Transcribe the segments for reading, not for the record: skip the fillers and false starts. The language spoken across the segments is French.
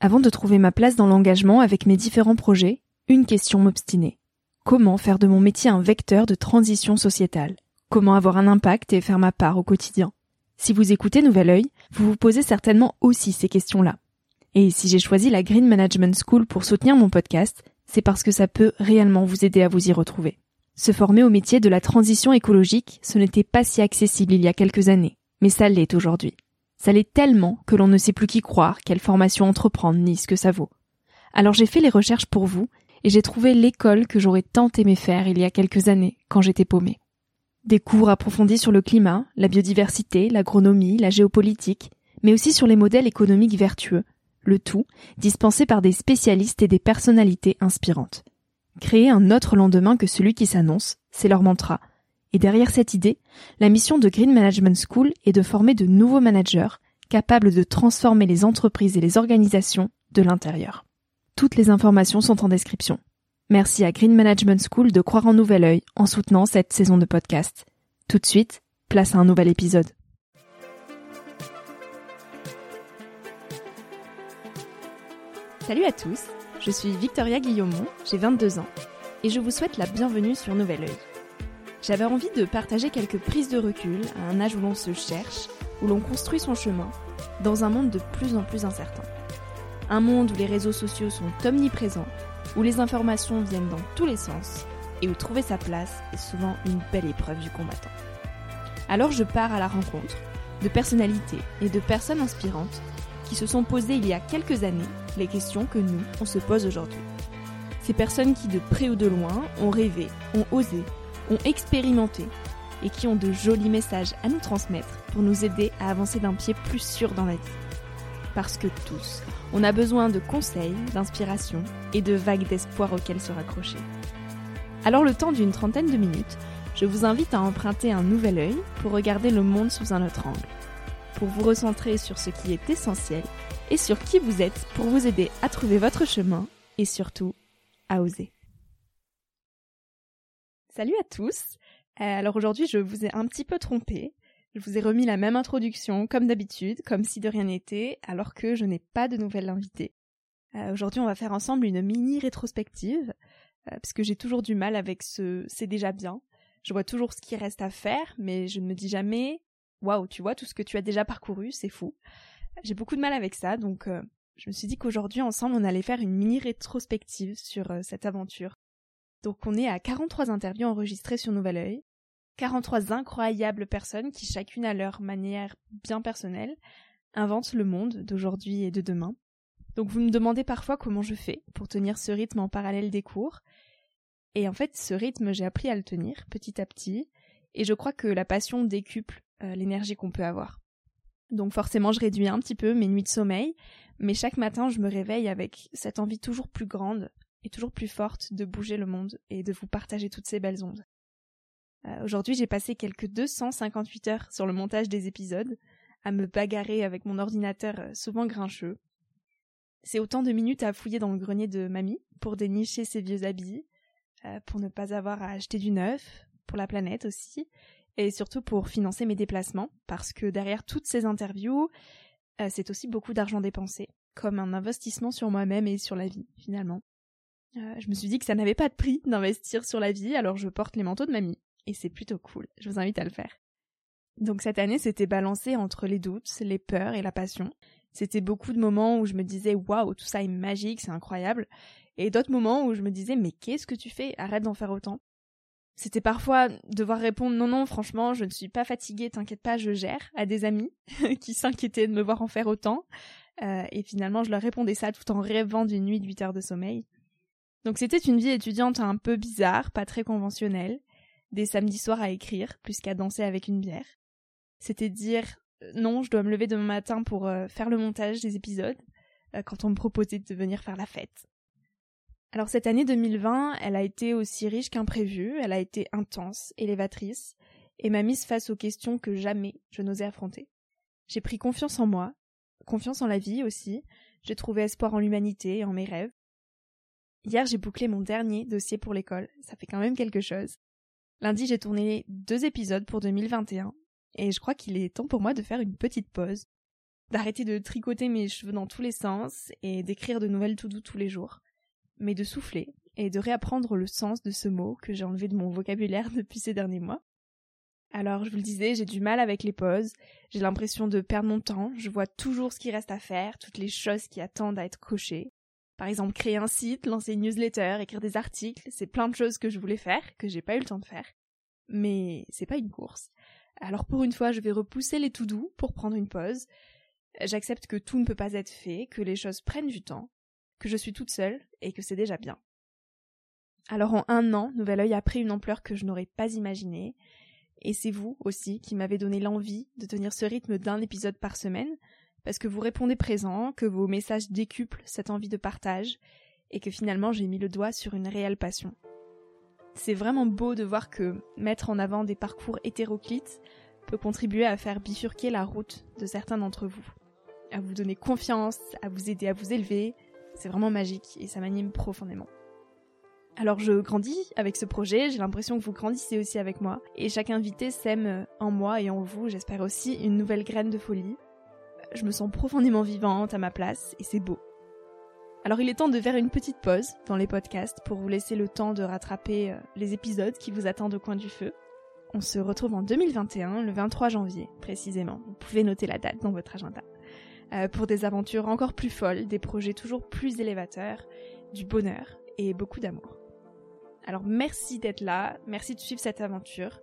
Avant de trouver ma place dans l'engagement avec mes différents projets, une question m'obstinait. Comment faire de mon métier un vecteur de transition sociétale ? Comment avoir un impact et faire ma part au quotidien ? Si vous écoutez Nouvel Œil, vous vous posez certainement aussi ces questions-là. Et si j'ai choisi la Green Management School pour soutenir mon podcast, c'est parce que ça peut réellement vous aider à vous y retrouver. Se former au métier de la transition écologique, ce n'était pas si accessible il y a quelques années, mais ça l'est aujourd'hui. Ça l'est tellement que l'on ne sait plus qui croire, quelle formation entreprendre, ni ce que ça vaut. Alors j'ai fait les recherches pour vous, et j'ai trouvé l'école que j'aurais tant aimé faire il y a quelques années, quand j'étais paumée. Des cours approfondis sur le climat, la biodiversité, l'agronomie, la géopolitique, mais aussi sur les modèles économiques vertueux, le tout dispensé par des spécialistes et des personnalités inspirantes. Créer un autre lendemain que celui qui s'annonce, c'est leur mantra. Et derrière cette idée, la mission de Green Management School est de former de nouveaux managers capables de transformer les entreprises et les organisations de l'intérieur. Toutes les informations sont en description. Merci à Green Management School de croire en Nouvel Œil en soutenant cette saison de podcast. Tout de suite, place à un nouvel épisode. Salut à tous, je suis Victoria Guillaumont, j'ai 22 ans et je vous souhaite la bienvenue sur Nouvel Œil. J'avais envie de partager quelques prises de recul à un âge où l'on se cherche, où l'on construit son chemin, dans un monde de plus en plus incertain. Un monde où les réseaux sociaux sont omniprésents, où les informations viennent dans tous les sens, et où trouver sa place est souvent une belle épreuve du combattant. Alors je pars à la rencontre de personnalités et de personnes inspirantes qui se sont posées il y a quelques années les questions que nous, on se pose aujourd'hui. Ces personnes qui de près ou de loin ont rêvé, ont osé, ont expérimenté et qui ont de jolis messages à nous transmettre pour nous aider à avancer d'un pied plus sûr dans la vie. Parce que tous, on a besoin de conseils, d'inspiration et de vagues d'espoir auxquelles se raccrocher. Alors le temps d'une trentaine de minutes, je vous invite à emprunter un nouvel œil pour regarder le monde sous un autre angle, pour vous recentrer sur ce qui est essentiel et sur qui vous êtes pour vous aider à trouver votre chemin et surtout à oser. Salut à tous. Alors aujourd'hui, je vous ai un petit peu trompé. Je vous ai remis la même introduction comme d'habitude, comme si de rien n'était, alors que je n'ai pas de nouvelle invitée. Aujourd'hui, on va faire ensemble une mini rétrospective, parce que j'ai toujours du mal avec ce « c'est déjà bien ». Je vois toujours ce qui reste à faire, mais je ne me dis jamais « waouh, tu vois tout ce que tu as déjà parcouru, c'est fou ». J'ai beaucoup de mal avec ça, donc je me suis dit qu'aujourd'hui, ensemble, on allait faire une mini rétrospective sur cette aventure. Donc on est à 43 interviews enregistrées sur Nouvel Œil, 43 incroyables personnes qui, chacune à leur manière bien personnelle, inventent le monde d'aujourd'hui et de demain. Donc vous me demandez parfois comment je fais pour tenir ce rythme en parallèle des cours. Et en fait, ce rythme, j'ai appris à le tenir petit à petit, et je crois que la passion décuple l'énergie qu'on peut avoir. Donc forcément, je réduis un petit peu mes nuits de sommeil, mais chaque matin, je me réveille avec cette envie toujours plus grande et toujours plus forte de bouger le monde et de vous partager toutes ces belles ondes. Aujourd'hui, j'ai passé quelques 258 heures sur le montage des épisodes, à me bagarrer avec mon ordinateur souvent grincheux. C'est autant de minutes à fouiller dans le grenier de mamie pour dénicher ses vieux habits, pour ne pas avoir à acheter du neuf, pour la planète aussi, et surtout pour financer mes déplacements, parce que derrière toutes ces interviews, c'est aussi beaucoup d'argent dépensé, comme un investissement sur moi-même et sur la vie, finalement. Je me suis dit que ça n'avait pas de prix d'investir sur la vie, alors je porte les manteaux de mamie. Et c'est plutôt cool, je vous invite à le faire. Donc cette année, c'était balancé entre les doutes, les peurs et la passion. C'était beaucoup de moments où je me disais « waouh, tout ça est magique, c'est incroyable ». Et d'autres moments où je me disais « mais qu'est-ce que tu fais ? Arrête d'en faire autant ». C'était parfois devoir répondre « non, franchement, je ne suis pas fatiguée, t'inquiète pas, je gère » à des amis qui s'inquiétaient de me voir en faire autant. Et finalement, je leur répondais ça tout en rêvant d'une nuit de 8 heures de sommeil. Donc c'était une vie étudiante un peu bizarre, pas très conventionnelle. Des samedis soirs à écrire, plus qu'à danser avec une bière. C'était dire non, je dois me lever demain matin pour faire le montage des épisodes, quand on me proposait de venir faire la fête. Alors cette année 2020, elle a été aussi riche qu'imprévue, elle a été intense, élévatrice, et m'a mise face aux questions que jamais je n'osais affronter. J'ai pris confiance en moi, confiance en la vie aussi, j'ai trouvé espoir en l'humanité et en mes rêves. Hier, j'ai bouclé mon dernier dossier pour l'école, ça fait quand même quelque chose. Lundi, j'ai tourné 2 épisodes pour 2021 et je crois qu'il est temps pour moi de faire une petite pause. d'arrêter de tricoter mes cheveux dans tous les sens et d'écrire de nouvelles to-do tous les jours, mais de souffler et de réapprendre le sens de ce mot que j'ai enlevé de mon vocabulaire depuis ces derniers mois. Alors, je vous le disais, j'ai du mal avec les pauses, j'ai l'impression de perdre mon temps, je vois toujours ce qui reste à faire, toutes les choses qui attendent à être cochées. Par exemple, créer un site, lancer une newsletter, écrire des articles, c'est plein de choses que je voulais faire, que j'ai pas eu le temps de faire. Mais c'est pas une course. Alors pour une fois, je vais repousser les to-do pour prendre une pause. J'accepte que tout ne peut pas être fait, que les choses prennent du temps, que je suis toute seule et que c'est déjà bien. Alors en 1 an, Nouvel Oeil a pris une ampleur que je n'aurais pas imaginée. Et c'est vous aussi qui m'avez donné l'envie de tenir ce rythme d'1 épisode par semaine, parce que vous répondez présent, que vos messages décuplent cette envie de partage, et que finalement j'ai mis le doigt sur une réelle passion. C'est vraiment beau de voir que mettre en avant des parcours hétéroclites peut contribuer à faire bifurquer la route de certains d'entre vous, à vous donner confiance, à vous aider à vous élever. C'est vraiment magique et ça m'anime profondément. Alors je grandis avec ce projet, j'ai l'impression que vous grandissez aussi avec moi, et chaque invité sème en moi et en vous, j'espère aussi, une nouvelle graine de folie. Je me sens profondément vivante à ma place, et c'est beau. Alors il est temps de faire une petite pause dans les podcasts pour vous laisser le temps de rattraper les épisodes qui vous attendent au coin du feu. On se retrouve en 2021, le 23 janvier précisément, vous pouvez noter la date dans votre agenda, pour des aventures encore plus folles, des projets toujours plus élévateurs, du bonheur et beaucoup d'amour. Alors merci d'être là, merci de suivre cette aventure.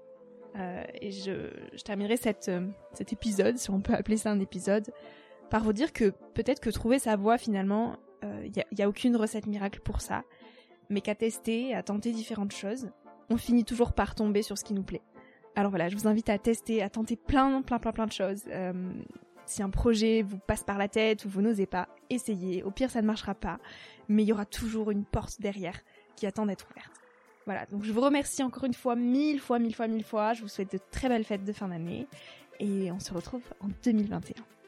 Et je terminerai cet épisode, si on peut appeler ça un épisode, par vous dire que peut-être que trouver sa voie finalement, y a aucune recette miracle pour ça, mais qu'à tester, à tenter différentes choses, on finit toujours par tomber sur ce qui nous plaît. Alors voilà, je vous invite à tester, à tenter plein de choses. Si un projet vous passe par la tête ou vous n'osez pas, essayez. Au pire, ça ne marchera pas, mais il y aura toujours une porte derrière qui attend d'être ouverte. Voilà, donc je vous remercie encore une fois, mille fois. Je vous souhaite de très belles fêtes de fin d'année et on se retrouve en 2021.